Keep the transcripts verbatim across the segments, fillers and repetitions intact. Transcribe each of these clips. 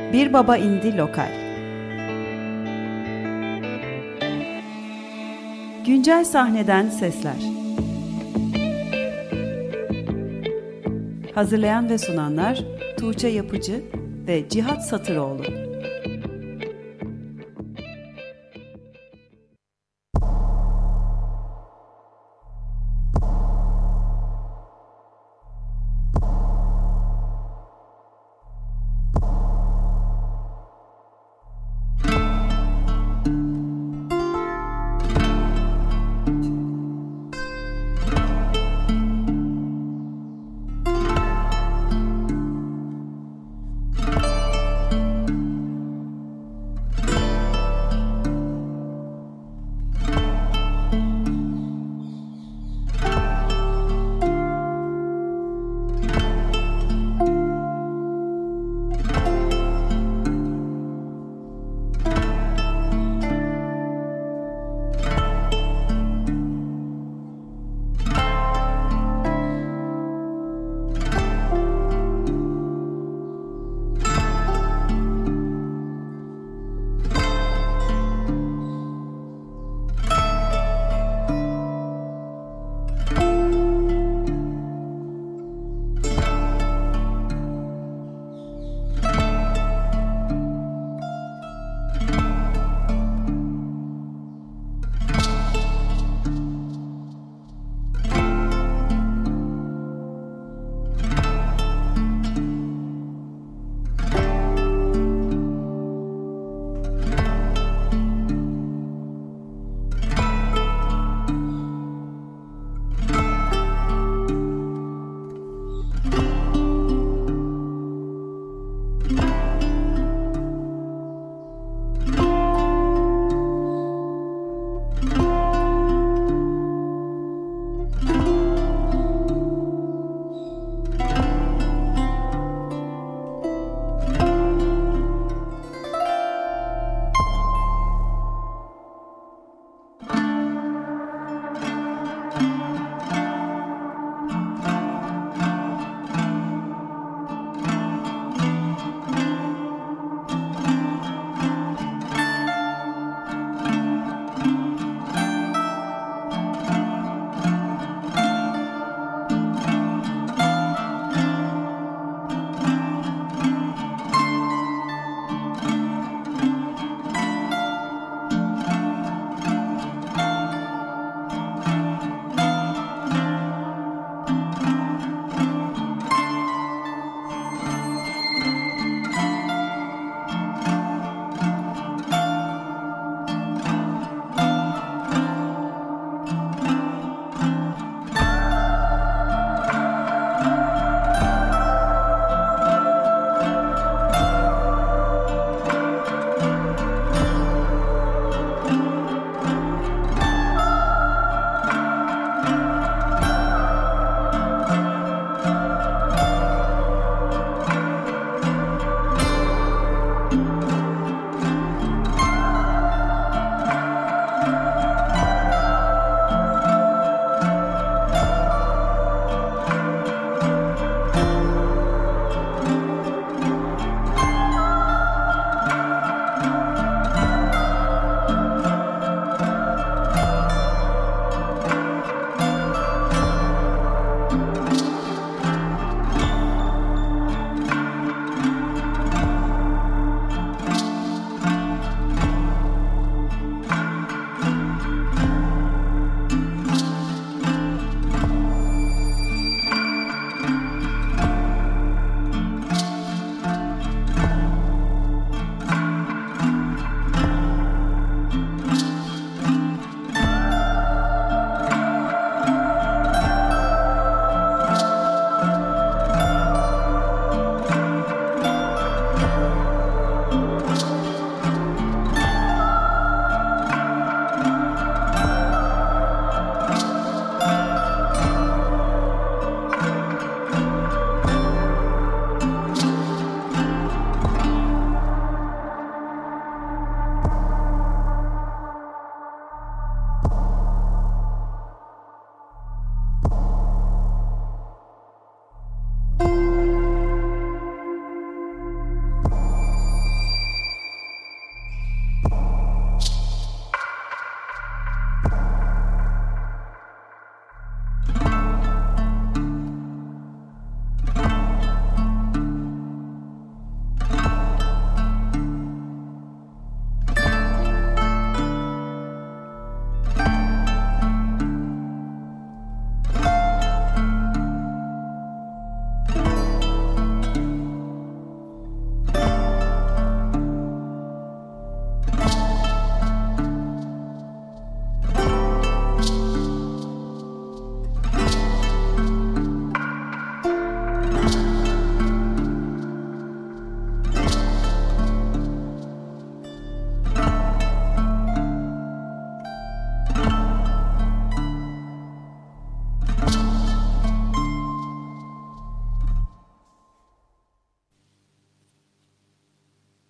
Bir Baba indi lokal. Güncel sahneden sesler. Hazırlayan ve sunanlar Tuğçe Yapıcı ve Cihat Satıroğlu.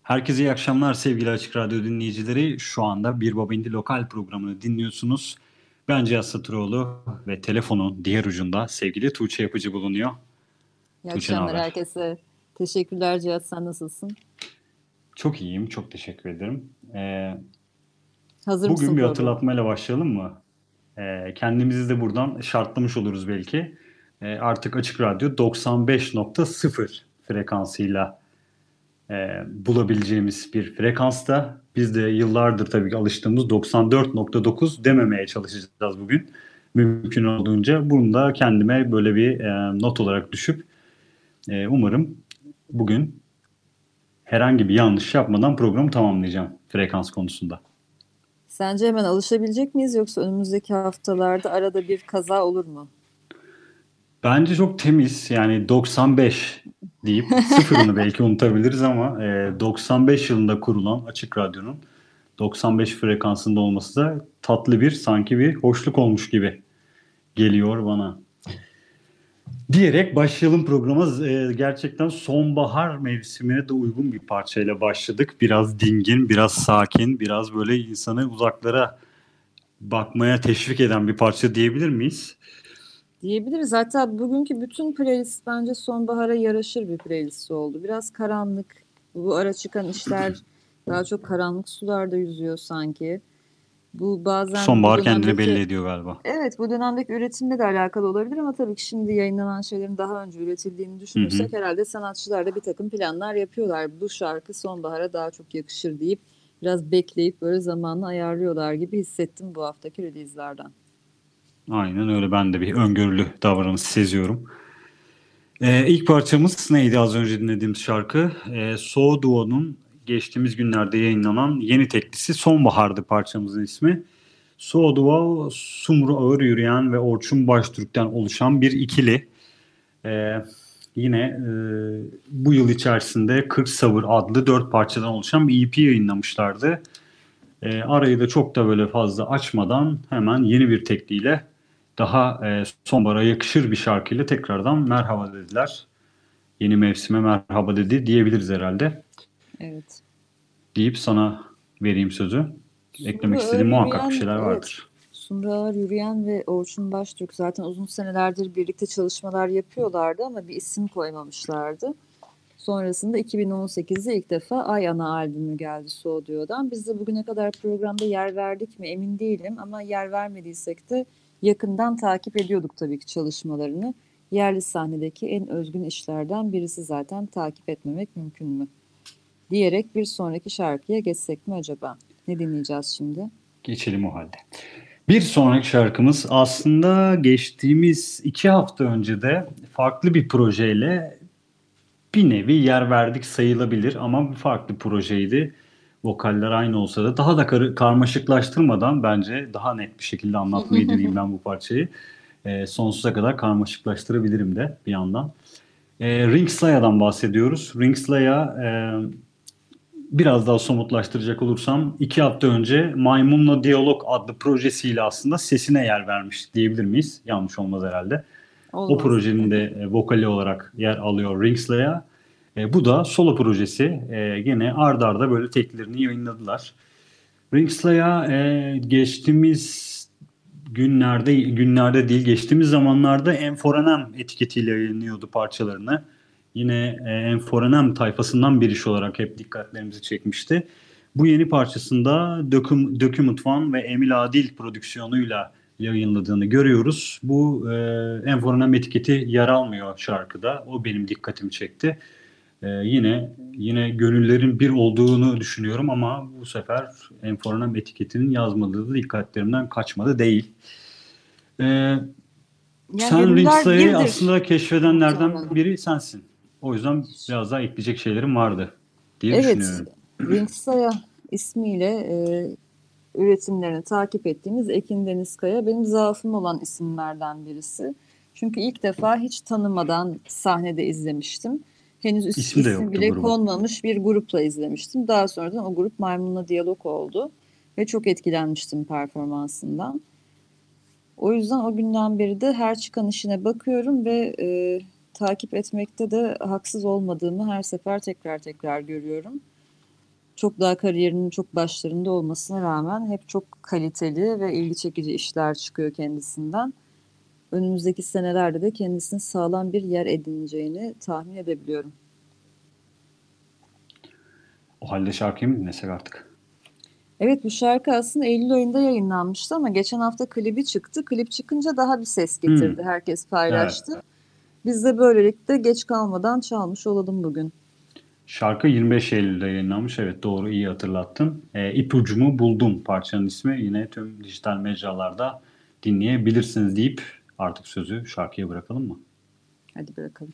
Herkese iyi akşamlar sevgili Açık Radyo dinleyicileri. Şu anda Bir Baba İndi Lokal programını dinliyorsunuz. Ben Cihat Satıroğlu ve telefonun diğer ucunda sevgili Tuğçe Yapıcı bulunuyor. İyi Tuğçe ne akşamlar haber? herkese. Teşekkürler Cihat, sen nasılsın? Çok iyiyim, çok teşekkür ederim. Ee, Hazır mısın bugün bir programa? hatırlatmayla başlayalım mı? Ee, kendimizi de buradan şartlamış oluruz belki. Ee, artık Açık Radyo doksan beş nokta sıfır frekansıyla e, bulabileceğimiz bir frekansta. Biz de yıllardır tabii ki alıştığımız doksan dört nokta dokuz dememeye çalışacağız bugün. Mümkün olduğunca bunu da kendime böyle bir e, not olarak düşüp e, umarım bugün herhangi bir yanlış yapmadan programı tamamlayacağım frekans konusunda. Sence hemen alışabilecek miyiz, yoksa önümüzdeki haftalarda arada bir kaza olur mu? Bence çok temiz, yani doksan beş deyip sıfırını belki unutabiliriz ama e, doksan beş yılında kurulan Açık Radyo'nun doksan beş frekansında olması da tatlı bir, sanki bir hoşluk olmuş gibi geliyor bana. Diyerek başlayalım programa. E, gerçekten sonbahar mevsimine de uygun bir parçayla başladık. Biraz dingin, biraz sakin, biraz böyle insanı uzaklara bakmaya teşvik eden bir parça diyebilir miyiz? Diyebiliriz. Hatta bugünkü bütün playlist bence sonbahara yaraşır bir playlist oldu. Biraz karanlık. Bu ara çıkan işler daha çok karanlık sularda yüzüyor sanki. Bu bazen bu Sonbahar kendini belli dönemdeki ediyor galiba. Evet, bu dönemdeki üretimle de alakalı olabilir ama tabii ki şimdi yayınlanan şeylerin daha önce üretildiğini Hı hı. düşünürsek herhalde sanatçılar da bir takım planlar yapıyorlar. Bu şarkı sonbahara daha çok yakışır deyip biraz bekleyip böyle zamanını ayarlıyorlar gibi hissettim bu haftaki release'lerden. Aynen öyle, ben de bir öngörülü davranış seziyorum. Ee, ilk parçamız neydi az önce dinlediğimiz şarkı? Ee, So Duo'nun geçtiğimiz günlerde yayınlanan yeni teklisi Sonbahar'dı parçamızın ismi. So Duo, Sumru Ağır Yürüyen ve Orçun Baştürk'ten oluşan bir ikili. Ee, yine e, bu yıl içerisinde kırk Sabır adlı dört parçadan oluşan bir E P yayınlamışlardı. Ee, arayı da çok da böyle fazla açmadan hemen yeni bir tekliyle daha e, sonbahara yakışır bir şarkıyla tekrardan merhaba dediler. Yeni mevsime merhaba dedi diyebiliriz herhalde. Evet. Deyip sana vereyim sözü. Sumru Eklemek Ağır istediğim muhakkak bir Yürüyen, şeyler evet. vardır. Sumru Ağır Yürüyen ve Orçun Baştürk zaten uzun senelerdir birlikte çalışmalar yapıyorlardı ama bir isim koymamışlardı. Sonrasında iki bin on sekizde ilk defa Ay Ana albümü geldi Suudio'dan. Biz de bugüne kadar programda yer verdik mi emin değilim ama yer vermediysek de yakından takip ediyorduk tabii ki çalışmalarını. Yerli sahnedeki en özgün işlerden birisi, zaten takip etmemek mümkün mü? Diyerek bir sonraki şarkıya geçsek mi acaba? Ne dinleyeceğiz şimdi? Geçelim o halde. Bir sonraki şarkımız aslında geçtiğimiz iki hafta önce de farklı bir projeyle bir nevi yer verdik sayılabilir ama bir farklı projeydi. Vokaller aynı olsa da daha da kar- karmaşıklaştırmadan bence daha net bir şekilde anlatmayı deneyeyim ben bu parçayı. Ee, sonsuza kadar karmaşıklaştırabilirim de bir yandan. Ee, Ringslaya'dan bahsediyoruz. Ringslaya e, biraz daha somutlaştıracak olursam iki hafta önce Maymunla Diyalog adlı projesiyle aslında sesine yer vermiş diyebilir miyiz? Yanlış olmaz herhalde. O Olmaz. projenin de e, vokali olarak yer alıyor Ringslaya. E, bu da solo projesi. E, gene ard arda böyle teklerini yayınladılar. Ringslaya e, geçtiğimiz günlerde günlerde değil geçtiğimiz zamanlarda Enforenem etiketiyle yayınlıyordu parçalarını. Yine e, Enforenem tayfasından bir iş olarak hep dikkatlerimizi çekmişti. Bu yeni parçasında Döküm, Dökümüt Van ve Emil Adil prodüksiyonuyla yayınladığını görüyoruz. Bu e, Enforenem etiketi yer almıyor şarkıda. O benim dikkatimi çekti. E, yine yine gönüllerin bir olduğunu düşünüyorum ama bu sefer Enforenem etiketinin yazmadığı da dikkatlerimden kaçmadı değil. Ee, Yani sen gönüller Ringsley'i birdir aslında keşfedenlerden muhtemelen. biri sensin. O yüzden biraz daha ekleyecek şeylerim vardı diye Evet, düşünüyorum. Ringsaya ismiyle e, üretimlerini takip ettiğimiz Ekin Deniz Kaya benim zaafım olan isimlerden birisi. Çünkü ilk defa hiç tanımadan sahnede izlemiştim. Henüz is- İsmi de isim yoktu bile grubun. konmamış bir grupla izlemiştim. Daha sonradan o grup Maymun'la diyalog oldu ve çok etkilenmiştim performansından. O yüzden o günden beri de her çıkan işine bakıyorum ve e, takip etmekte de haksız olmadığımı her sefer tekrar tekrar görüyorum. çok daha kariyerinin çok başlarında olmasına rağmen hep çok kaliteli ve ilgi çekici işler çıkıyor kendisinden. Önümüzdeki senelerde de kendisine sağlam bir yer edineceğini tahmin edebiliyorum. O halde şarkıyı mı dinlesek artık? Evet, bu şarkı aslında Eylül ayında yayınlanmıştı ama geçen hafta klibi çıktı. Klip çıkınca daha bir ses getirdi. Hmm, Herkes evet. paylaştı. Biz de böylelikle geç kalmadan çalmış olalım bugün. Şarkı yirmi beş Eylül'de yayınlanmış. Evet, doğru, iyi hatırlattın. E, İpucumu buldum parçanın ismi. Yine tüm dijital mecralarda dinleyebilirsiniz deyip artık sözü şarkıya bırakalım mı? Hadi bırakalım.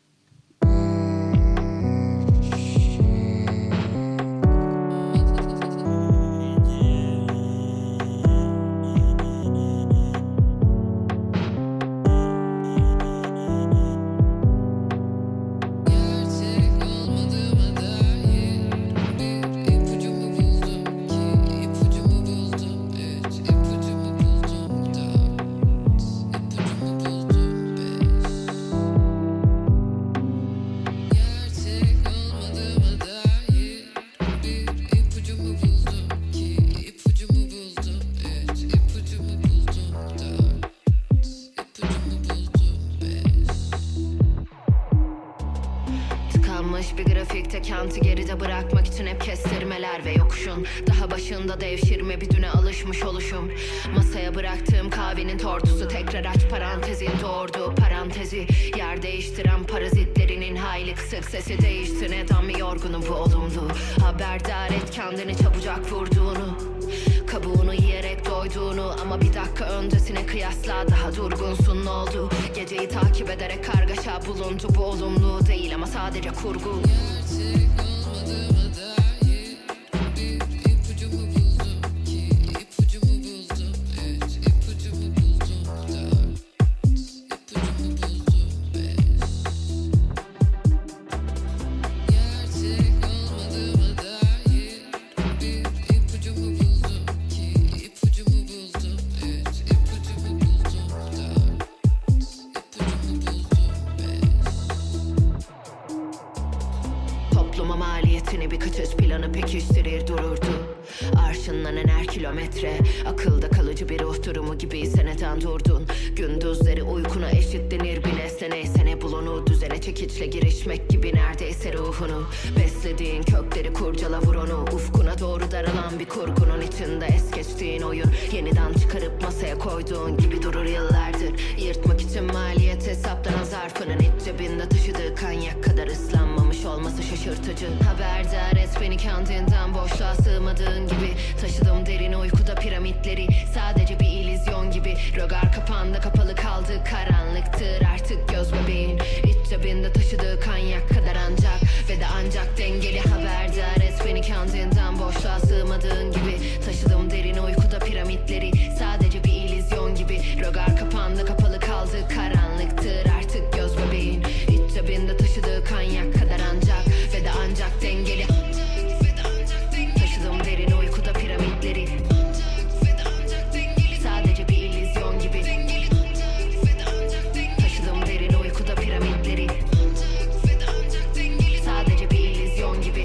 Bir grafikte kenti geride bırakmak için hep kestirmeler ve yokuşun daha başında devşirme bir düne alışmış oluşum. Masaya bıraktığım kahvenin tortusu tekrar aç parantezin doğurduğu parantezi. Yer değiştiren parazitlerinin hayli kısık sesi değişti. Neden mi yorgunum bu olumlu? Haberdar et kendini çabucak vurduğunu, kabuğunu yiyerek doyduğunu, ama bir dakika öncesine kıyasla daha durgunsun, ne oldu? Geceyi takip ederek kargaşa bulundu, bu olumlu değil ama sadece kurgu. Gerçek olmadığıma dair bir ipucumu buldum ki ipucumu buldum, üç ipucumu buldum, dört ipucumu buldum, beş. Gerçek olmadığıma dair bir ipucumu buldum ki ipucumu buldum, üç ipucumu buldum, dört ipucumu buldum, beş. Topluma maliyetini bir kaçış planı pekiştirir dururdu. Arşınlanan her kilometre akılda kalıcı bir oturumu gibi seneden durdun. Gündüzleri uykuna eşitlenir bir nesne, neyse ne bulunu düzene çekiçle girişmek gibi neredeyse ruhunu. Beslediğin kökleri kurcala, vur onu ufkuna doğru daralan bir kurgunun içinde es geçtiğin oyun yeniden çıkarıp masaya koyduğun gibi durur yıllardır. Yırtmak için maliyet hesaplanan zarfının iç cebinde taşıdığı kanyak kadar ıslanmamış olması şaşırtıcı. Haberdar et beni kendinden, boşluğa sığmadığın gibi. Taşıdım derin uykuda piramitleri, sadece bir illüzyon gibi. Rögar kapağında kapalı kaldı, karanlıktır artık göz bebeğin. İç cebinde taşıdığı kanyak kadar ancak ve de ancak dengeli. Haberdar et beni kendinden, boşluğa sığmadığın gibi. Taşıdım derin uykuda piramitleri, sadece bir illüzyon gibi. Rögar kapağında kapalı kaldı, karanlıktır artık göz bebeğin. İç cebinde taşıdığı kanyak kadar ancak ve de ancak dengeli. Taşıdım derin uykuda piramitleri, sadece bir illüzyon gibi. Taşıdım derin uykuda piramitleri, sadece bir illüzyon gibi.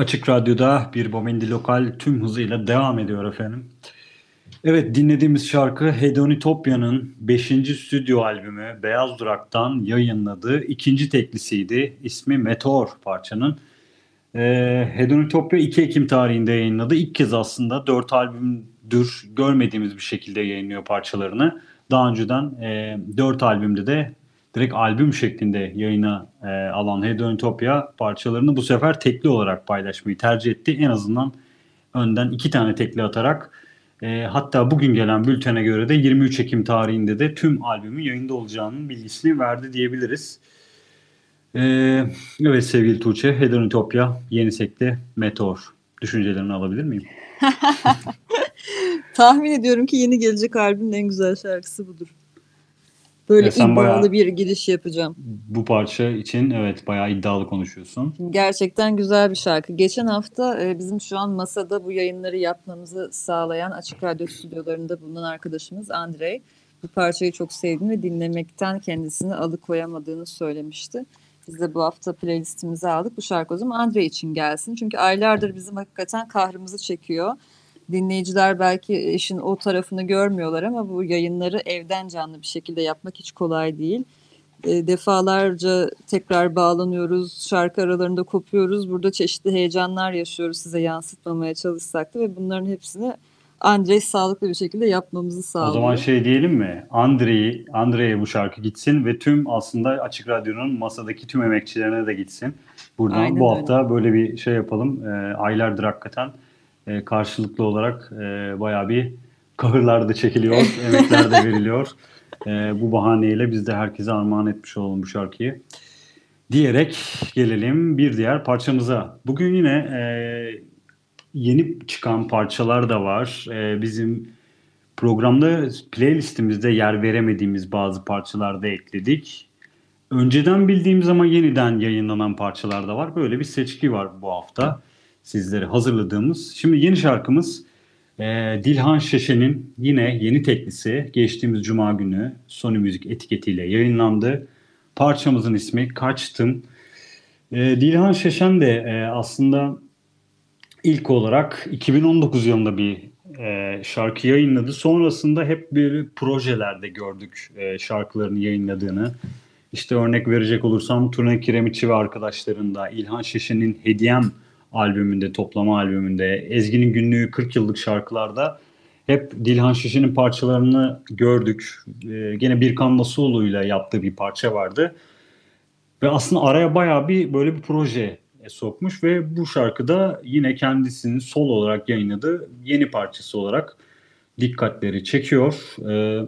Açık Radyo'da Bir Bomendi Lokal tüm hızıyla devam ediyor efendim. Evet, dinlediğimiz şarkı Hedonitopya'nın beşinci stüdyo albümü Beyaz Durak'tan yayınladığı ikinci teklisiydi. İsmi Meteor parçanın. Ee, Hedonitopya iki Ekim tarihinde yayınladı. İlk kez aslında dört albümdür görmediğimiz bir şekilde yayınlıyor parçalarını. Daha önceden e, dört albümde de direkt albüm şeklinde yayına e, alan Hedonitopya parçalarını bu sefer tekli olarak paylaşmayı tercih etti. En azından önden iki tane tekli atarak. E, hatta bugün gelen bültene göre de yirmi üç Ekim tarihinde de tüm albümün yayında olacağının bilgisini verdi diyebiliriz. E, evet sevgili Tuğçe, Hedonitopya, Yeni Sekte, Meteor. Düşüncelerini alabilir miyim? Tahmin ediyorum ki yeni gelecek albümün en güzel şarkısı budur. Böyle Ya sen iddialı bayağı bir giriş yapacağım. bu parça için evet bayağı iddialı konuşuyorsun. Şimdi gerçekten güzel bir şarkı. Geçen hafta e, bizim şu an masada bu yayınları yapmamızı sağlayan Açık Radyo stüdyolarında bulunan arkadaşımız Andrei bu parçayı çok sevdiğini ve dinlemekten kendisini alıkoyamadığını söylemişti. Biz de bu hafta playlistimize aldık. Bu şarkı o zaman Andrei için gelsin. Çünkü aylardır bizim hakikaten kahrımızı çekiyor. Dinleyiciler belki işin o tarafını görmüyorlar ama bu yayınları evden canlı bir şekilde yapmak hiç kolay değil. E, defalarca tekrar bağlanıyoruz, şarkı aralarında kopuyoruz. Burada çeşitli heyecanlar yaşıyoruz size yansıtmamaya çalışsak da ve bunların hepsini Andrei sağlıklı bir şekilde yapmamızı sağlıyor. O zaman şey diyelim mi? Andrei, Andrei'ye bu şarkı gitsin ve tüm aslında Açık Radyo'nun masadaki tüm emekçilerine de gitsin. Buradan Aynen bu öyle. hafta böyle bir şey yapalım. E, aylardır hakikaten e, karşılıklı olarak e, bayağı bir kahırlar da çekiliyor, emekler de veriliyor. E, bu bahaneyle biz de herkese armağan etmiş olalım bu şarkıyı. Diyerek gelelim bir diğer parçamıza. Bugün yine e, yeni çıkan parçalar da var. E, bizim programda playlistimizde yer veremediğimiz bazı parçalar da ekledik. Önceden bildiğimiz ama yeniden yayınlanan parçalar da var. Böyle bir seçki var bu hafta sizlere hazırladığımız. Şimdi yeni şarkımız e, Dilhan Şeşen'in yine yeni teklisi geçtiğimiz Cuma günü Sony Müzik etiketiyle yayınlandı. Parçamızın ismi Kaçtım. E, Dilhan Şeşen de e, aslında ilk olarak iki bin on dokuz yılında bir e, şarkı yayınladı. Sonrasında hep böyle projelerde gördük e, şarkılarını yayınladığını. İşte örnek verecek olursam Tuna Kiremiçi ve arkadaşlarında, İlhan Şeşen'in Hediyem albümünde, toplama albümünde, Ezgi'nin Günlüğü kırk yıllık şarkılarda hep Dilhan Şeşen'in parçalarını gördük. E, gene Birkan Nasuoğlu'yla yaptığı bir parça vardı. Ve aslında araya bayağı bir böyle bir proje sokmuş ve bu şarkıda yine kendisinin sol olarak yayınladığı yeni parçası olarak dikkatleri çekiyor. Ee,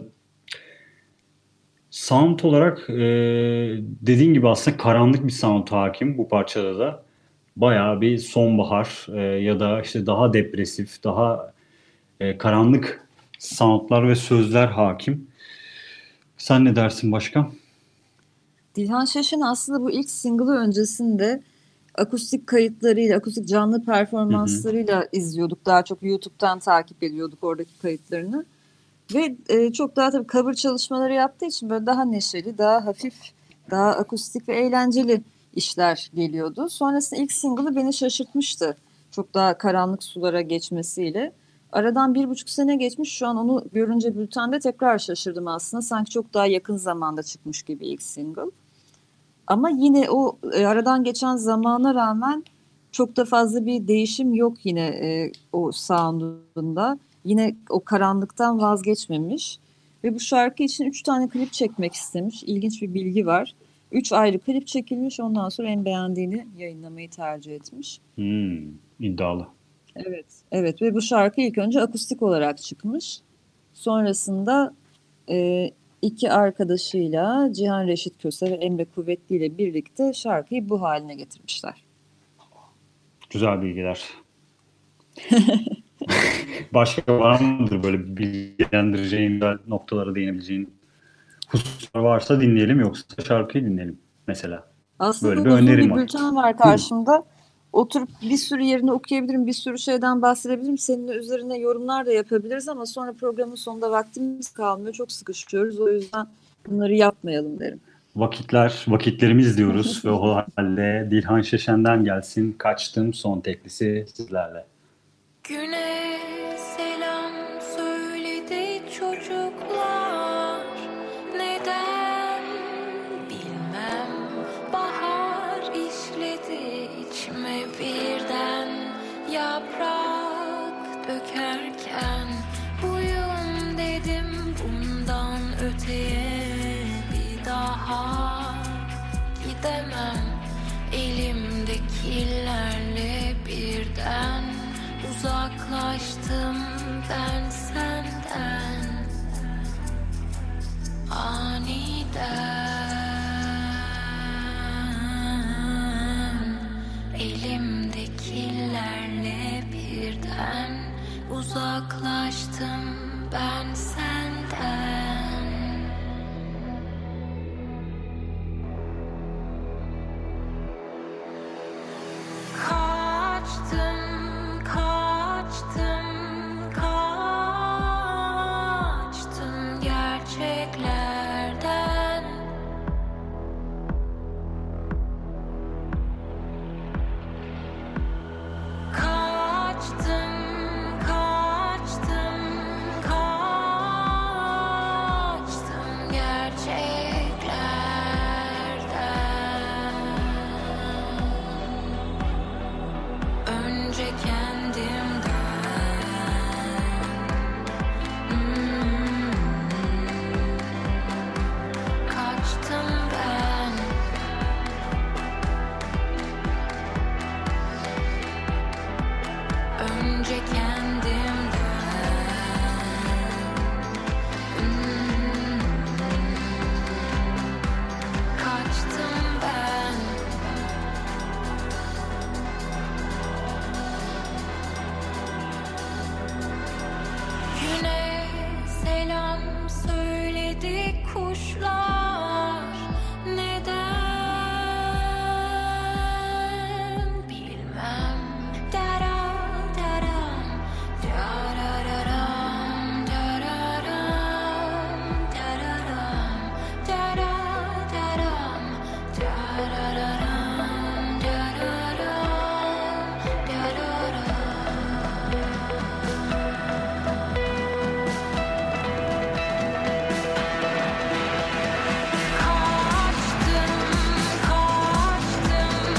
sound olarak e, dediğin gibi aslında karanlık bir sound hakim bu parçada da. Bayağı bir sonbahar e, ya da işte daha depresif, daha e, karanlık soundlar ve sözler hakim. Sen ne dersin başka? Dilhan Şeşen aslında bu ilk single'ı öncesinde akustik kayıtlarıyla, akustik canlı performanslarıyla hı hı. izliyorduk. Daha çok YouTube'dan takip ediyorduk oradaki kayıtlarını. Ve e, çok daha tabii cover çalışmaları yaptığı için böyle daha neşeli, daha hafif, daha akustik ve eğlenceli işler geliyordu. Sonrasında ilk single'ı beni şaşırtmıştı. Çok daha karanlık sulara geçmesiyle. Aradan bir buçuk sene geçmiş. Şu an onu görünce bültende tekrar şaşırdım aslında. Sanki çok daha yakın zamanda çıkmış gibi ilk single. Ama yine o e, aradan geçen zamana rağmen çok da fazla bir değişim yok yine e, o sound'unda. Yine o karanlıktan vazgeçmemiş. Ve bu şarkı için üç tane klip çekmek istemiş. İlginç bir bilgi var. Üç ayrı klip çekilmiş. Ondan sonra en beğendiğini yayınlamayı tercih etmiş. Hmm, iddialı. Evet, evet ve bu şarkı ilk önce akustik olarak çıkmış. Sonrasında e, iki arkadaşıyla Cihan Reşit Köse ve Emre Kuvvetli ile birlikte şarkıyı bu haline getirmişler. Güzel bilgiler. Başka var mıdır böyle bilgilendireceğin noktalara değinebileceğin hususlar varsa dinleyelim, yoksa şarkıyı dinleyelim mesela. Aslında böyle bir uzun önerim bir var. bülten var karşımda. Oturup bir sürü yerini okuyabilirim, bir sürü şeyden bahsedebilirim. Seninle üzerine yorumlar da yapabiliriz ama sonra programın sonunda vaktimiz kalmıyor. Çok sıkışıyoruz. O yüzden bunları yapmayalım derim. vakitler, vakitlerimiz diyoruz ve o halde Dilhan Şeşen'den gelsin Kaçtım son teklisi sizlerle. Güne selam söyledi çocuklar, neden bilmem, bahar işledi içime birden, yaprak dökerken uyum dedim, bundan öteye bir daha gidemem. Elimdekilerle birden uzaklaştım ben senden, aniden. Elimdekilerle birden uzaklaştım ben senden. Kaçtım, kaçtım, kaçtım gerçeklerden. Kaçtım, kaçtım, kaçtım gerçeklerden. Önce kendimden, hmm, kaçtım ben. Önce kendimden, hmm, kaçtım ben. Güne selam söyledi kuşlar, neden bilmem. Dara daram, darararam, dararam, dararam, dara daram, darararam, dararam, Kaçtım, kaçtım,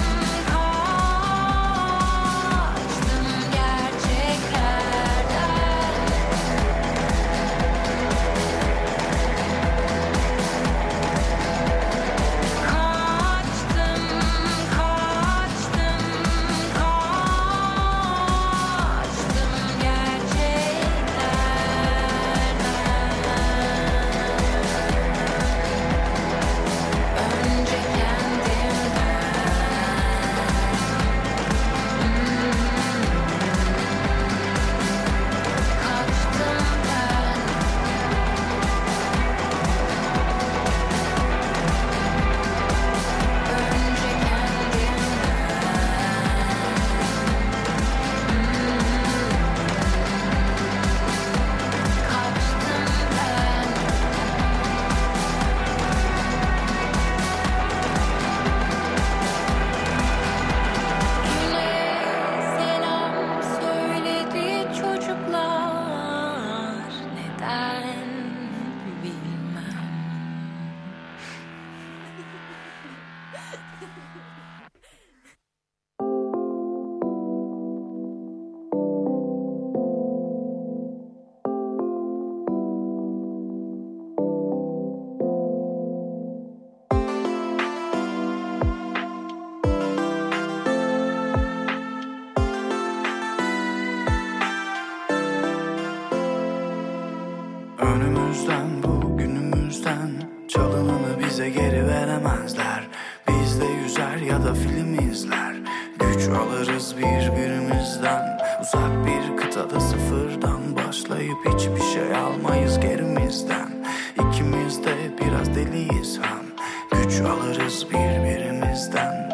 kaçtım gerçeklerden. Kaçtım, kaçtım, kaçtım gerçeklerden. Önce kendimden, kaçtım ben. Önce kendimden, kaçtım ben. Güne selam söyledi çocuklar, neden bilmem. Önümüzden, bugünümüzden çalınanı bize geri veremezler. Biz de yüzer ya da film izler. Güç alırız birbirimizden. Uzak bir kıtada sıfırdan başlayıp hiçbir şey almayız gerimizden. İkimiz de biraz deliyiz hem. Güç alırız birbirimizden.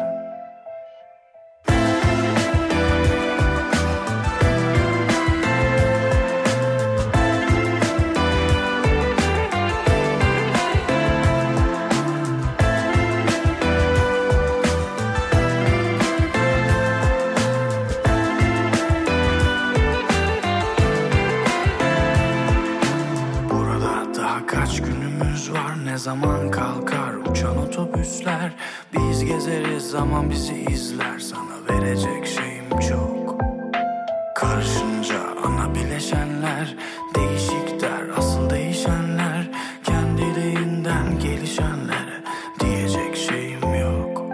zaman kalkar uçan otobüsler. Biz gezeriz, zaman bizi izler. Sana verecek şeyim çok. Karışınca ana bileşenler değişik der, asıl değişenler kendiliğinden gelişenlere diyecek şeyim yok.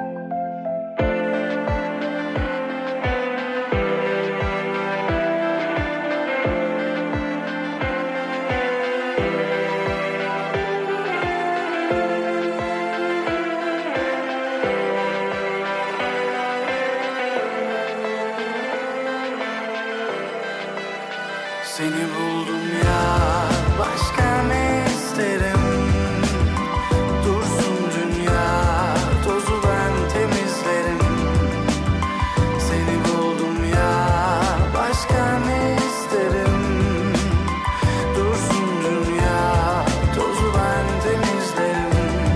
Seni buldum ya, başka ne isterim? Dursun dünya, tozu ben temizlerim. Seni buldum ya, başka ne isterim? Dursun dünya, tozu ben temizlerim.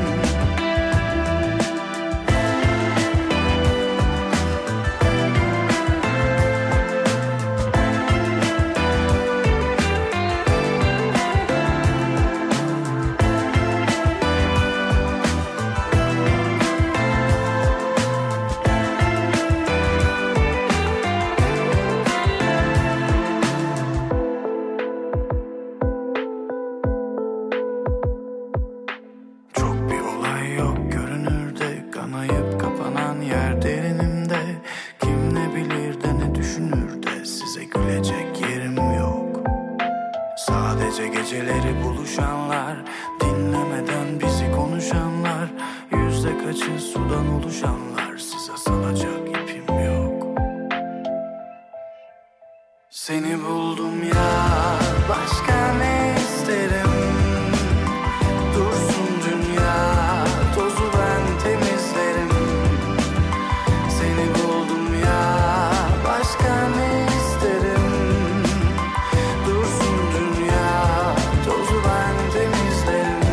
Çok bir olay yok görünürde, kanayıp kapanan yer derinimde. Kim ne bilir de ne düşünür de size gülecek yerim yok. Sadece geceleri buluşanlar, dinlemeden bizi konuşanlar, yüzde kaçı sudan oluşanlar, size salacak ipim yok. Seni buldum ya, başka ne isterim? Dursun dünya, tozu ben temizlerim. Seni buldum ya, başka ne isterim? Dursun dünya, tozu ben temizlerim.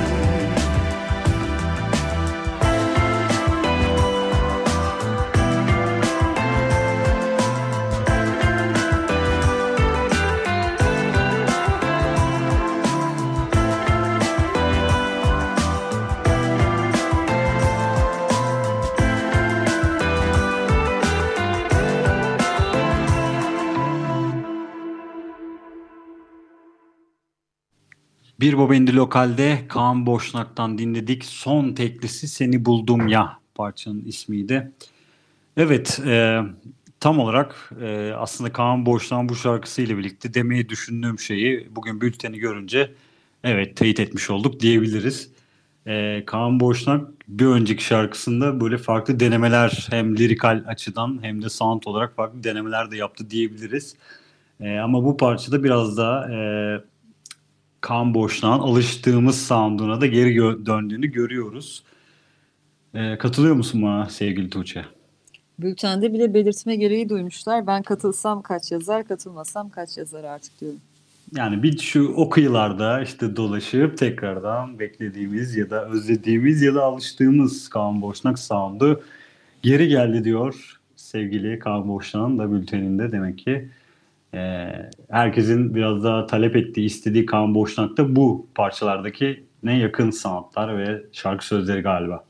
Bir Baba İndi Lokal'de Kaan Boşnak'tan dinledik. Son teklisi Seni Buldum Ya parçanın ismiydi. Evet, e, tam olarak e, aslında Kaan Boşnak'ın bu şarkısıyla birlikte demeyi düşündüğüm şeyi bugün bülteni görünce evet teyit etmiş olduk diyebiliriz. E, Kaan Boşnak bir önceki şarkısında böyle farklı denemeler hem lirikal açıdan hem de sound olarak farklı denemeler de yaptı diyebiliriz. E, ama bu parçada biraz daha e, Kaan Boşnak'ın alıştığımız sound'una da geri gö- döndüğünü görüyoruz. E, katılıyor musun bana sevgili Tuğçe? Bültende bile belirtme gereği duymuşlar. Ben katılsam kaç yazar, katılmasam kaç yazar artık diyorum. Yani bir şu o kıyılarda işte dolaşıp tekrardan beklediğimiz ya da özlediğimiz ya da alıştığımız Kaan Boşnak sound'u geri geldi diyor sevgili Kaan Boşnak'ın da bülteninde demek ki. Ee, herkesin biraz daha talep ettiği, istediği Kaan Boşnak'ta bu parçalardaki ne yakın soundlar ve şarkı sözleri galiba.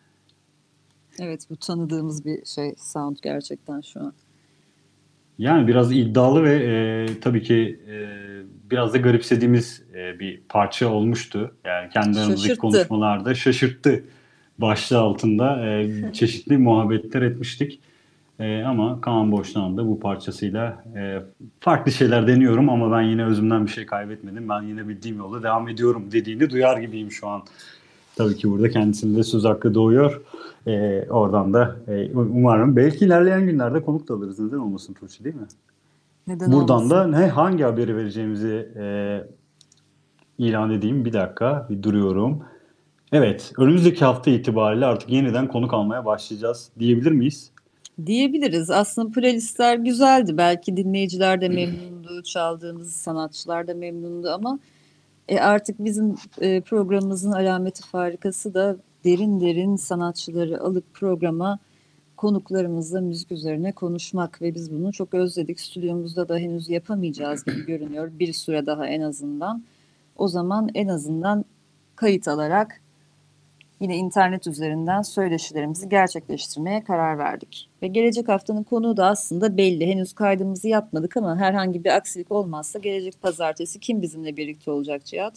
Evet, bu tanıdığımız bir şey sound gerçekten şu an. Yani biraz iddialı ve e, tabii ki e, biraz da garipsediğimiz e, bir parça olmuştu. Yani kendi aramızdaki Şaşırttı. konuşmalarda şaşırttı başlığı altında e, çeşitli muhabbetler etmiştik. E, ama Kaan Boşnak'ın da bu parçasıyla e, farklı şeyler deniyorum ama ben yine özümden bir şey kaybetmedim. Ben yine bildiğim yolda devam ediyorum dediğini duyar gibiyim şu an. Tabii ki burada kendisinde söz hakkı doğuyor. E, oradan da e, umarım belki ilerleyen günlerde konuk da alırız. Neden olmasın Tuğçe, değil mi? Neden Buradan olmasın? da ne hangi haberi vereceğimizi e, ilan edeyim. Bir dakika, bir duruyorum. Evet, önümüzdeki hafta itibariyle artık yeniden konuk almaya başlayacağız diyebilir miyiz? Diyebiliriz. Aslında playlistler güzeldi. Belki dinleyiciler de memnundu, çaldığımız sanatçılar da memnundu ama e, artık bizim e, programımızın alameti farikası da derin derin sanatçıları alıp programa konuklarımızla müzik üzerine konuşmak ve biz bunu çok özledik. Stüdyomuzda da henüz yapamayacağız gibi görünüyor. Bir süre daha en azından. O zaman en azından kayıt alarak yine internet üzerinden söyleşilerimizi gerçekleştirmeye karar verdik. Ve gelecek haftanın konuğu da aslında belli. Henüz kaydımızı yapmadık ama herhangi bir aksilik olmazsa gelecek pazartesi kim bizimle birlikte olacak Cihat?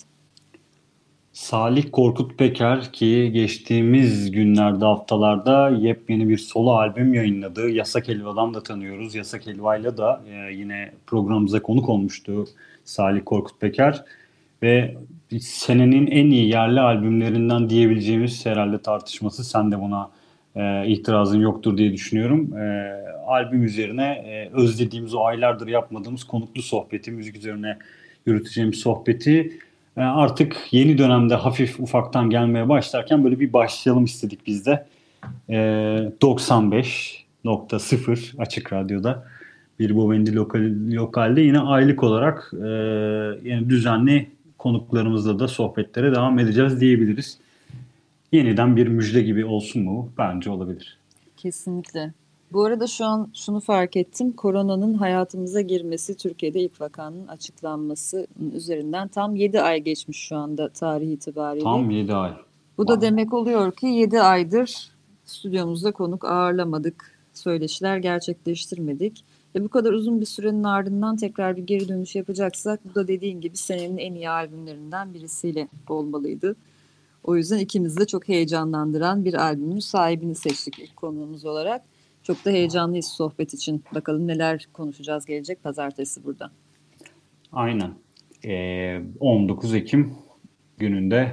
Salih Korkut Peker ki geçtiğimiz günlerde, haftalarda yepyeni bir solo albüm yayınladı. Yasak Helva'dan da tanıyoruz. Yasak Helva'yla da e, yine programımıza konuk olmuştu Salih Korkut Peker. Ve senenin en iyi yerli albümlerinden diyebileceğimiz, herhalde tartışması, sen de buna e, itirazın yoktur diye düşünüyorum. E, albüm üzerine e, özlediğimiz, o aylardır yapmadığımız konuklu sohbeti, müzik üzerine yürüteceğimiz sohbeti e, artık yeni dönemde hafif ufaktan gelmeye başlarken böyle bir başlayalım istedik biz de. E, doksan beş nokta sıfır Açık Radyo'da bir Bovendi lokal, lokalde yine aylık olarak e, yani düzenli konuklarımızla da sohbetlere devam edeceğiz diyebiliriz. Yeniden bir müjde gibi olsun mu? Bence olabilir. Kesinlikle. Bu arada şu an şunu fark ettim. Koronanın hayatımıza girmesi, Türkiye'de ilk vakanın açıklanması üzerinden tam yedi ay geçmiş şu anda tarih itibariyle. Tam yedi ay. Bu da Wow. demek oluyor ki yedi aydır stüdyomuzda konuk ağırlamadık, söyleşiler gerçekleştirmedik. Ve bu kadar uzun bir sürenin ardından tekrar bir geri dönüş yapacaksak bu da dediğin gibi senenin en iyi albümlerinden birisiyle olmalıydı. O yüzden ikimiz de çok heyecanlandıran bir albümün sahibini seçtik ilk konuğumuz olarak. Çok da heyecanlıyız sohbet için. Bakalım neler konuşacağız gelecek pazartesi burada. Aynen. Ee, on dokuz Ekim gününde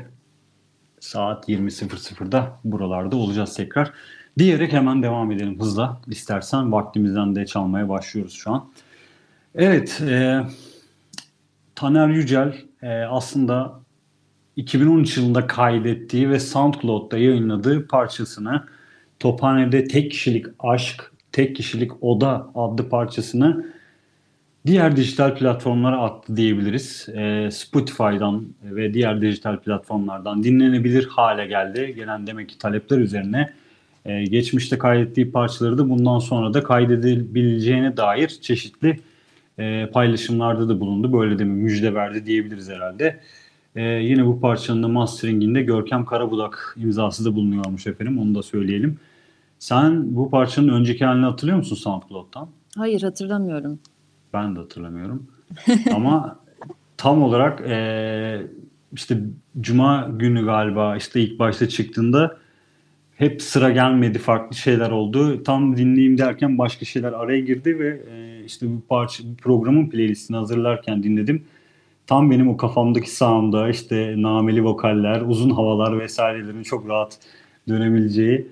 saat yirmi sıfır sıfırda buralarda olacağız tekrar. Diyerek hemen devam edelim hızla. İstersen vaktimizden de çalmaya başlıyoruz şu an. Evet, e, Taner Yücel e, aslında iki bin on üç yılında kaydettiği ve SoundCloud'da yayınladığı parçasını, Tophane'de Tek Kişilik Aşk, Tek Kişilik Oda adlı parçasını diğer dijital platformlara attı diyebiliriz. E, Spotify'dan ve diğer dijital platformlardan dinlenebilir hale geldi. Gelen demek ki talepler üzerine e, geçmişte kaydettiği parçaları da bundan sonra da kaydedebileceğine dair çeşitli e, paylaşımlarda da bulundu. Böyle de mi müjde verdi diyebiliriz herhalde. E, yine bu parçanın da masteringinde Görkem Karabudak imzası da bulunuyormuş efendim. Onu da söyleyelim. Sen bu parçanın önceki halini hatırlıyor musun SoundCloud'dan? Hayır, hatırlamıyorum. Ben de hatırlamıyorum. Ama tam olarak e, işte Cuma günü galiba işte ilk başta çıktığında hep sıra gelmedi, farklı şeyler oldu. Tam dinleyeyim derken başka şeyler araya girdi ve e, işte bu parça, bu programın playlistini hazırlarken dinledim. Tam benim o kafamdaki sound'a işte nameli vokaller, uzun havalar vesairelerin çok rahat dönebileceği,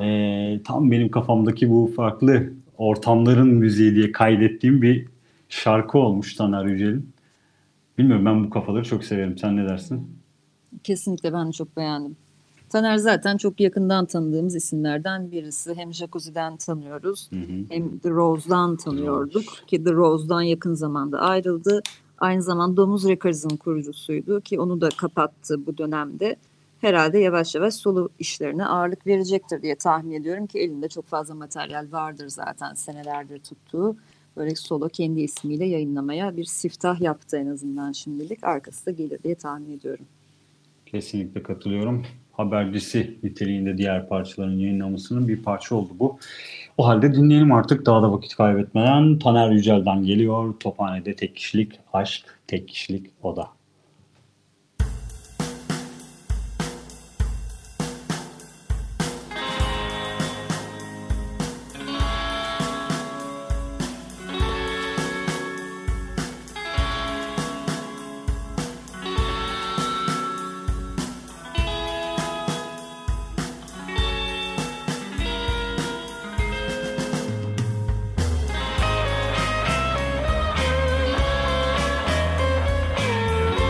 e, tam benim kafamdaki bu farklı ortamların müziği diye kaydettiğim bir şarkı olmuş Taner Yücel'in. Bilmiyorum, ben bu kafaları çok severim. Sen ne dersin? Kesinlikle ben de çok beğendim. Taner zaten çok yakından tanıdığımız isimlerden birisi. Hem Jacuzzi'den tanıyoruz, Hı hı. hem The Rose'dan tanıyorduk. Ki The Rose'dan yakın zamanda ayrıldı. Aynı zamanda Domuz Records'ın kurucusuydu ki onu da kapattı bu dönemde. Herhalde yavaş yavaş solo işlerine ağırlık verecektir diye tahmin ediyorum ki elinde çok fazla materyal vardır zaten senelerdir tuttuğu. Böyle solo kendi ismiyle yayınlamaya bir siftah yaptı en azından şimdilik. Arkası da gelir diye tahmin ediyorum. Kesinlikle katılıyorum. Habercisi niteliğinde diğer parçaların yayınlamasının bir parça oldu bu. O halde dinleyelim artık daha da vakit kaybetmeden. Taner Yücel'den geliyor. Tophane'de Tek Kişilik Aşk, Tek Kişilik Oda. Thank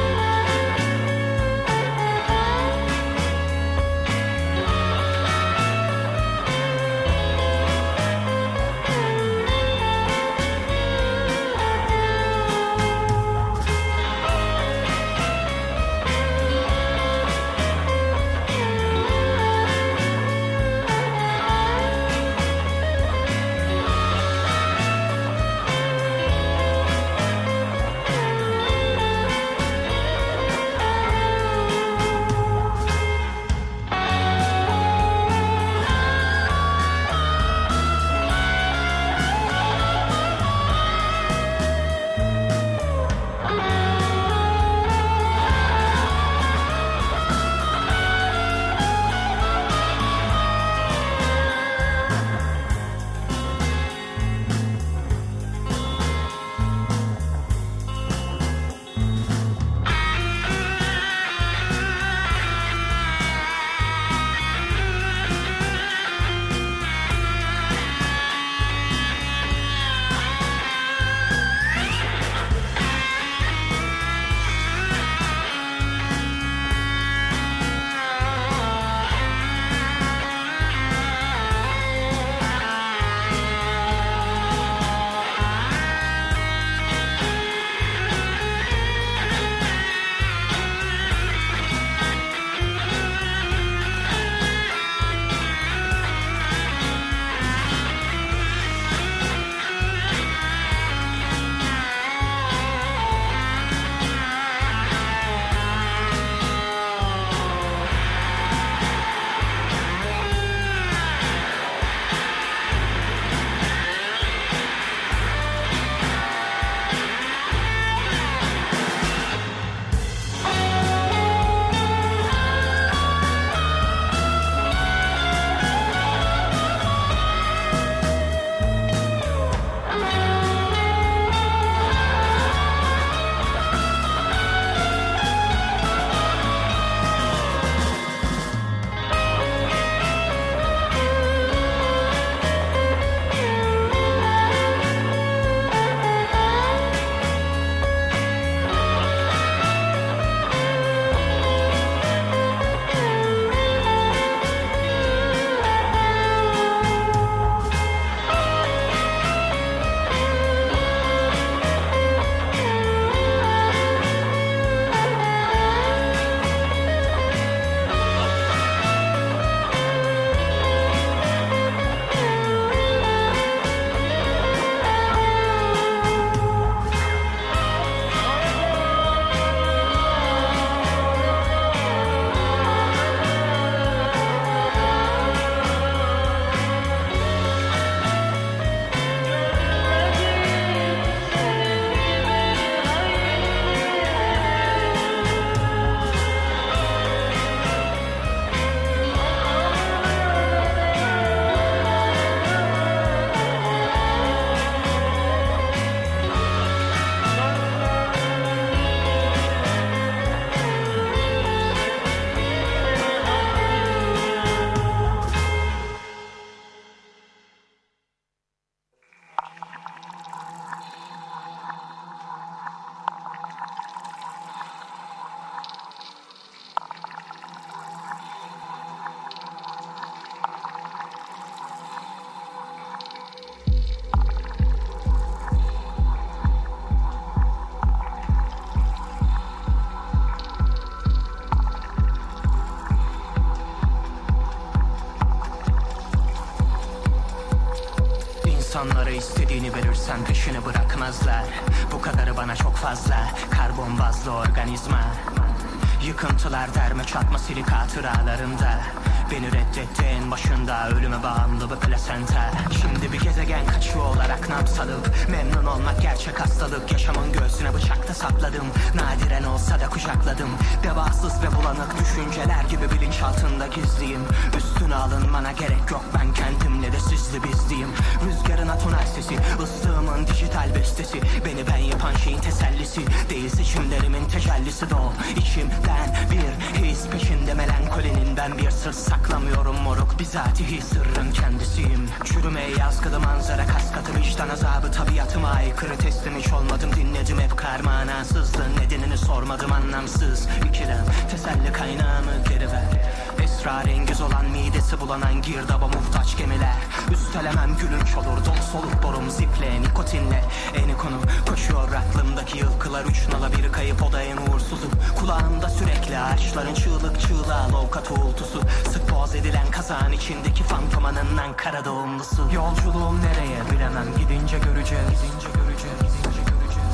Onlara istediğini verirsen peşini bırakmazlar. Bu kadarı bana çok fazla. Karbon bazlı organizma. Yıkıntılar derme çatma silik hatıralarında. Beni reddetti en başında, ölüme bağımlı bir plasenta. Şimdi bir gezegen kaçıyor olarak nabz alıp, memnun olmak gerçek hastalık. Yaşamın göğsüne bıçakta sapladım, nadiren olsa da kucakladım. Devasız ve bulanık düşünceler gibi bilinçaltında gizliyim. Üstüne alınmana gerek yok, ben kendimle de sizli bizliyim. Rüzgarın atonal sesi, ıslığımın dijital bestesi. Beni ben yapan şeyin tesellisi değil, seçimlerimin tecellisi de o. İçimden bir his peşinde melankolinin, ben bir sır saklamıyorum moruk, bizatihi sırrın kendisiyim. Çürümeye yazgılı manzara kaskatı, vicdan azabı tabiatıma aykırı. Teslim hiç olmadım, dinledim hep kar manasızlığın nedenini sormadım, anlamsız ikilem. Teselli kaynağımı geri ver. Esrarengiz olan midesi bulanan girdaba muhtaç gemiler. Üstelemem gülünç olur, dolu soluk borum ziple nikotinle. En konu koşuyor aklımdaki yılkılar, üç nala bir kayıp, o da en uğursuzu. Kulağımda sürekli ağaçların çığlık çığlığa lokat uğultusu. Sık boğaz edilen kazağın içindeki fantomanın Ankara doğumlusu. Yolculuğum nereye bilemem, gidince göreceğiz. Gidince göreceğiz. Gidince göreceğiz.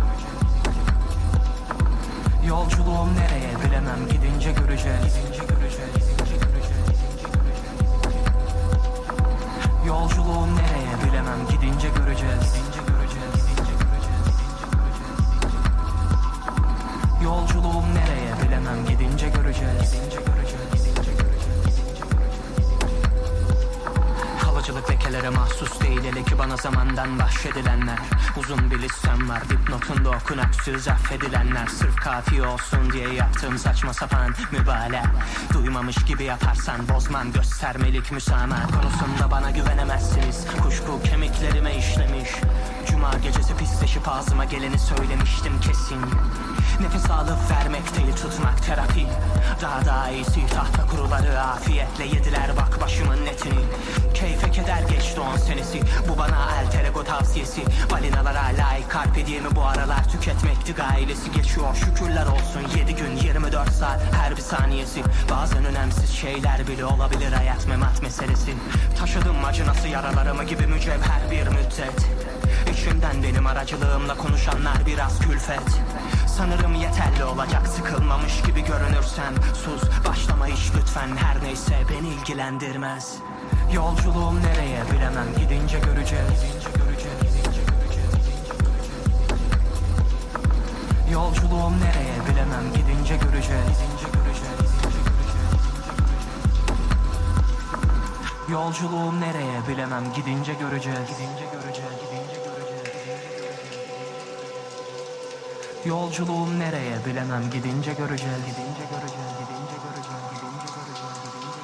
Yolculuğum nereye bilemem, gidince göreceğiz. Gidince göreceğiz. Gidince göreceğiz. Yolculuğum nereye bilemem, gidince göreceğiz. Gidince göreceğiz. Gidince göreceğiz. Yolculuğum nereye bilemem, gidince göreceğiz. Gidince göreceğiz. Kalıcılık lekelere mahsus değil, hele ki bana zamandan bahşedilenler. Uzun bir listem var, dipnotunda okun öksüz affedilenler. Sırf kafiye olsun diye yaptığım saçma sapan mübalağa. Duymamış gibi yaparsan bozmam, göstermelik müsamaha konusunda bana güvenemezsiniz. Kuşku kemiklerime işlemiş. Cuma gecesi pisleşip ağzıma geleni söylemiştim kesin. Nefes alıp vermek değil, tutmak terapi. Daha daha iyisi tahta kuruları afiyetle yediler bak başımın netini. Keyfe keder geçti on senesi, bu bana alter ego tavsiyesi. Balinalara layık carpe diem'i bu aralar tüketmekti gailesi. Geçiyor şükürler olsun yedi gün yirmi dört saat her bir saniyesi. Bazen önemsiz şeyler bile olabilir hayat memat meselesi. Taşıdım acınası yaralarımı gibi mücevher bir müddet. İçimden benim aracılığımla konuşanlar biraz külfet. Sanırım yeterli olacak, sıkılmamış gibi görünürsem. Sus, başlama hiç lütfen, her neyse beni ilgilendirmez. Yolculuğum nereye bilemem, gidince göreceğiz. Gidince göreceğiz. Gidince göreceğiz. Yolculuğum nereye bilemem, gidince göreceğiz. Gidince göreceğiz. Yolculuğum nereye bilemem, gidince göreceğiz. Gidince göreceğiz. Yolculuğum nereye bilemem, gidince göreceğiz. Gidince göreceğiz. Gidince göreceğiz. Gidince göreceğiz.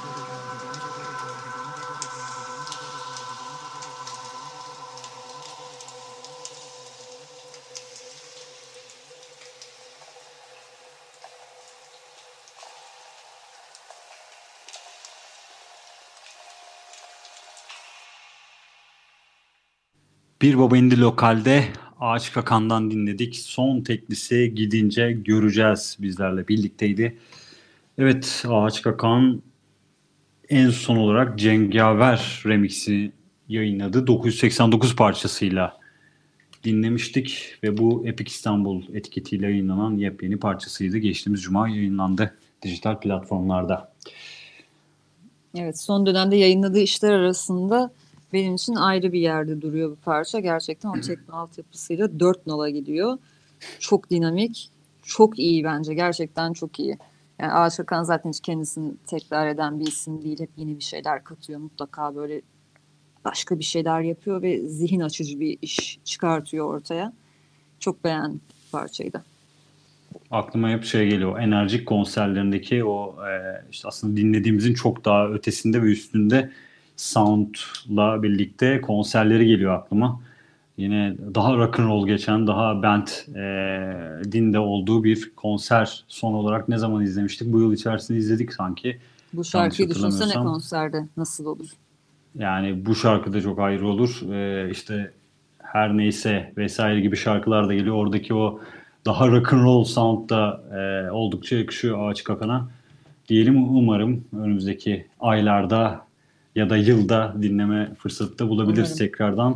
Bir Baba İndi Lokal'de Ağaç Kakan'dan dinledik. Son teklisi Gidince Göreceğiz bizlerle birlikteydi. Evet, Ağaç Kakan en son olarak Cengaver remix'i yayınladı. dokuz yüz seksen dokuz parçasıyla dinlemiştik ve bu Epic İstanbul etiketiyle yayınlanan yepyeni parçasıydı. Geçtiğimiz cuma yayınlandı dijital platformlarda. Evet, son dönemde yayınladığı işler arasında benim için ayrı bir yerde duruyor bu parça. Gerçekten o tekno altyapısıyla dört nala gidiyor. Çok dinamik, çok iyi bence. Gerçekten çok iyi. Yani Ağaç Kakan zaten hiç kendisini tekrar eden bir isim değil. Hep yeni bir şeyler katıyor. Mutlaka böyle başka bir şeyler yapıyor ve zihin açıcı bir iş çıkartıyor ortaya. Çok beğendim parçayı da. Aklıma hep şey geliyor. Enerjik konserlerindeki o e, işte aslında dinlediğimizin çok daha ötesinde ve üstünde sound'la birlikte konserleri geliyor aklıma. Yine daha rock'n'roll geçen, daha band e, dinde olduğu bir konser son olarak ne zaman izlemiştik? Bu yıl içerisinde izledik sanki. Bu şarkıyı düşünsene hatırlamıyorsam. konserde nasıl olur? Yani bu şarkı da çok ayrı olur. E, işte her neyse vesaire gibi şarkılar da geliyor. Oradaki o daha rock'n'roll sound da e, oldukça yakışıyor Ağaç Kakan'a. Diyelim, umarım önümüzdeki aylarda ya da yılda dinleme fırsatı da bulabiliriz Umarım. tekrardan.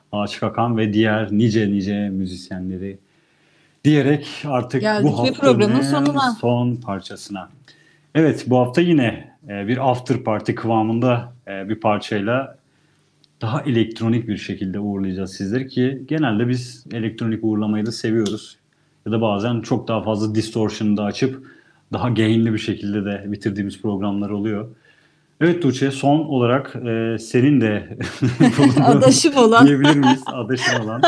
Ağaç Kakan ve diğer nice nice müzisyenleri diyerek artık Geldik bu bir programın haftanın sonuna. son parçasına. Evet, bu hafta yine e, bir after party kıvamında e, bir parçayla daha elektronik bir şekilde uğurlayacağız sizleri ki genelde biz elektronik uğurlamayı da seviyoruz. Ya da bazen çok daha fazla distortion'ı da açıp daha gainli bir şekilde de bitirdiğimiz programlar oluyor. Evet Tuğçe, son olarak e, senin de bulunduğun Adaşım olan. diyebilir miyiz? Adaşın olan.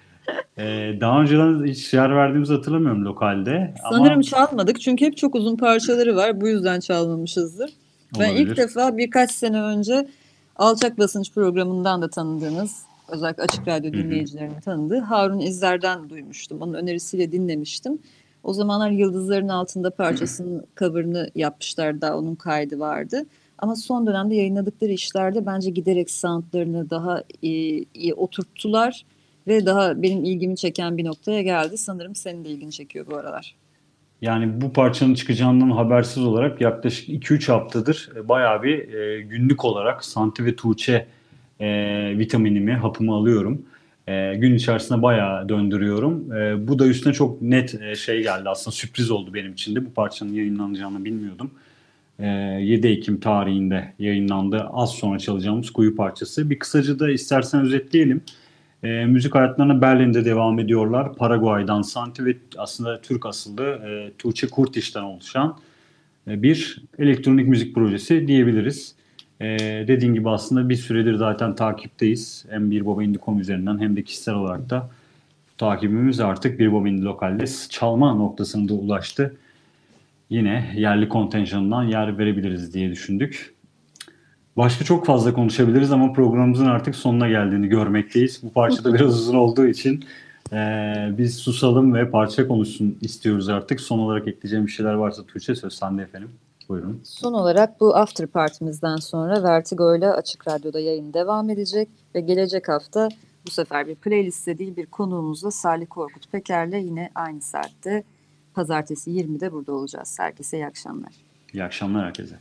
E, daha önceden hiç yer verdiğimizi hatırlamıyorum lokalde. Sanırım Ama çalmadık çünkü hep çok uzun parçaları var. Bu yüzden çalmamışızdır. Ben olabilir. ilk defa birkaç sene önce Alçak Basınç programından da tanıdığınız, özellikle Açık Radyo Hı hı. dinleyicilerinin tanıdığı Harun İzzer'den duymuştum. Onun önerisiyle dinlemiştim. O zamanlar Yıldızların Altında parçasının cover'ını yapmışlar, daha onun kaydı vardı. Ama son dönemde yayınladıkları işlerde bence giderek soundlarını daha iyi, iyi oturttular ve daha benim ilgimi çeken bir noktaya geldi. Sanırım senin de ilgini çekiyor bu aralar. Yani bu parçanın çıkacağından habersiz olarak yaklaşık iki üç haftadır e, bayağı bir e, günlük olarak Santi ve Tuğçe e, vitaminimi, hapımı alıyorum. E, gün içerisinde bayağı döndürüyorum. E, bu da üstüne çok net e, şey geldi, aslında sürpriz oldu benim için de. Bu parçanın yayınlanacağını bilmiyordum. E, yedi Ekim tarihinde yayınlandı. Az sonra çalacağımız Kuyu parçası. Bir kısaca da istersen özetleyelim. E, müzik hayatlarına Berlin'de devam ediyorlar. Paraguay'dan Santi ve aslında Türk asıllı e, Tuğçe Kurtiş'ten oluşan e, bir elektronik müzik projesi diyebiliriz. E, dediğim gibi aslında bir süredir zaten takipteyiz. Hem Bir Baba Indie nokta com üzerinden hem de kişisel olarak da takibimiz artık Bir Baba Indie Lokal'de çalma noktasına da ulaştı. Yine yerli kontenjanından yer verebiliriz diye düşündük. Başka çok fazla konuşabiliriz ama programımızın artık sonuna geldiğini görmekteyiz. Bu parça da biraz uzun olduğu için eee, biz susalım ve parça konuşsun istiyoruz artık. Son olarak ekleyeceğim bir şeyler varsa Tuğçe, söz sende efendim. Buyurun. Son olarak bu after partimizden sonra Vertigo ile Açık Radyo'da yayın devam edecek ve gelecek hafta bu sefer bir playliste değil bir konuğumuzla Salih Korkut Peker'le yine aynı saatte pazartesi yirmide burada olacağız. Herkese iyi akşamlar. İyi akşamlar herkese.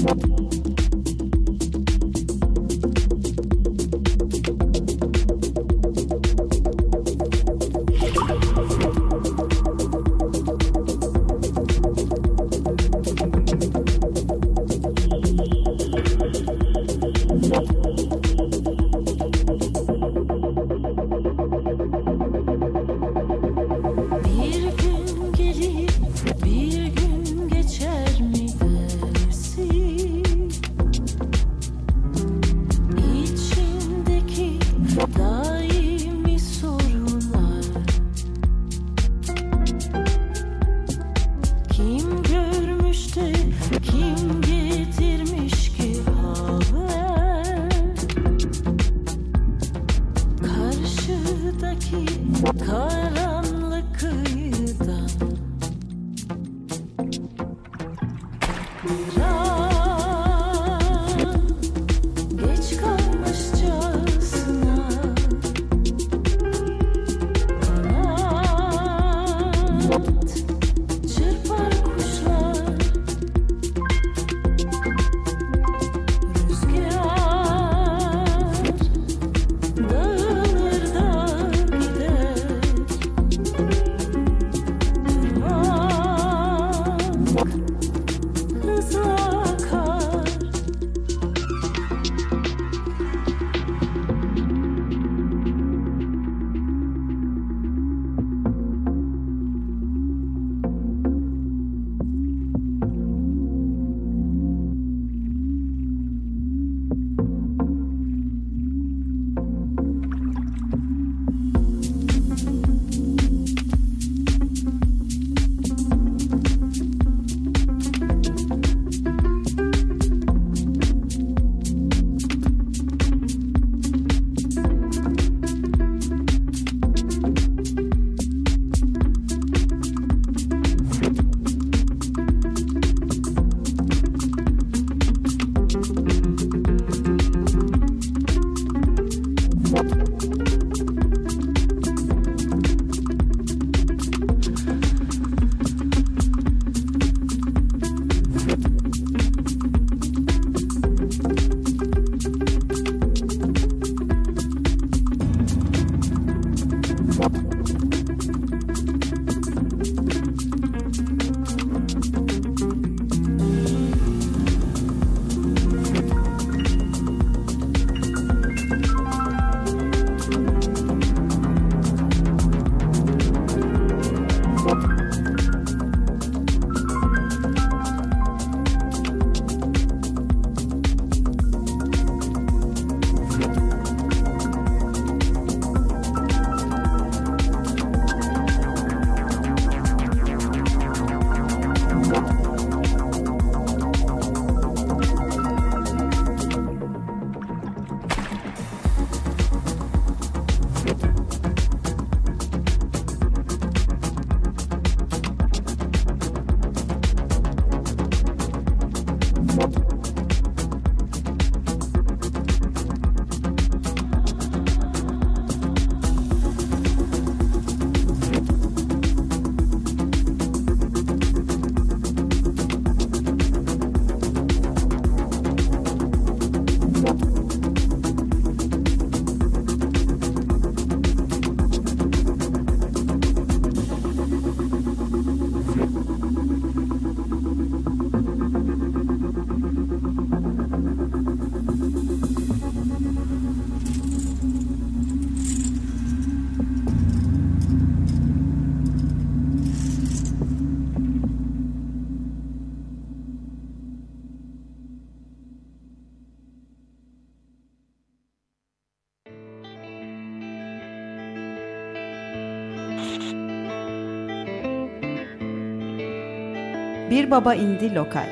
Bir Baba İndi Lokal.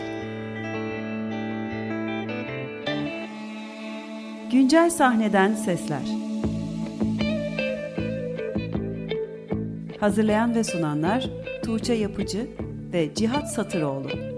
Güncel sahneden sesler. Hazırlayan ve sunanlar Tuğçe Yapıcı ve Cihat Satıroğlu.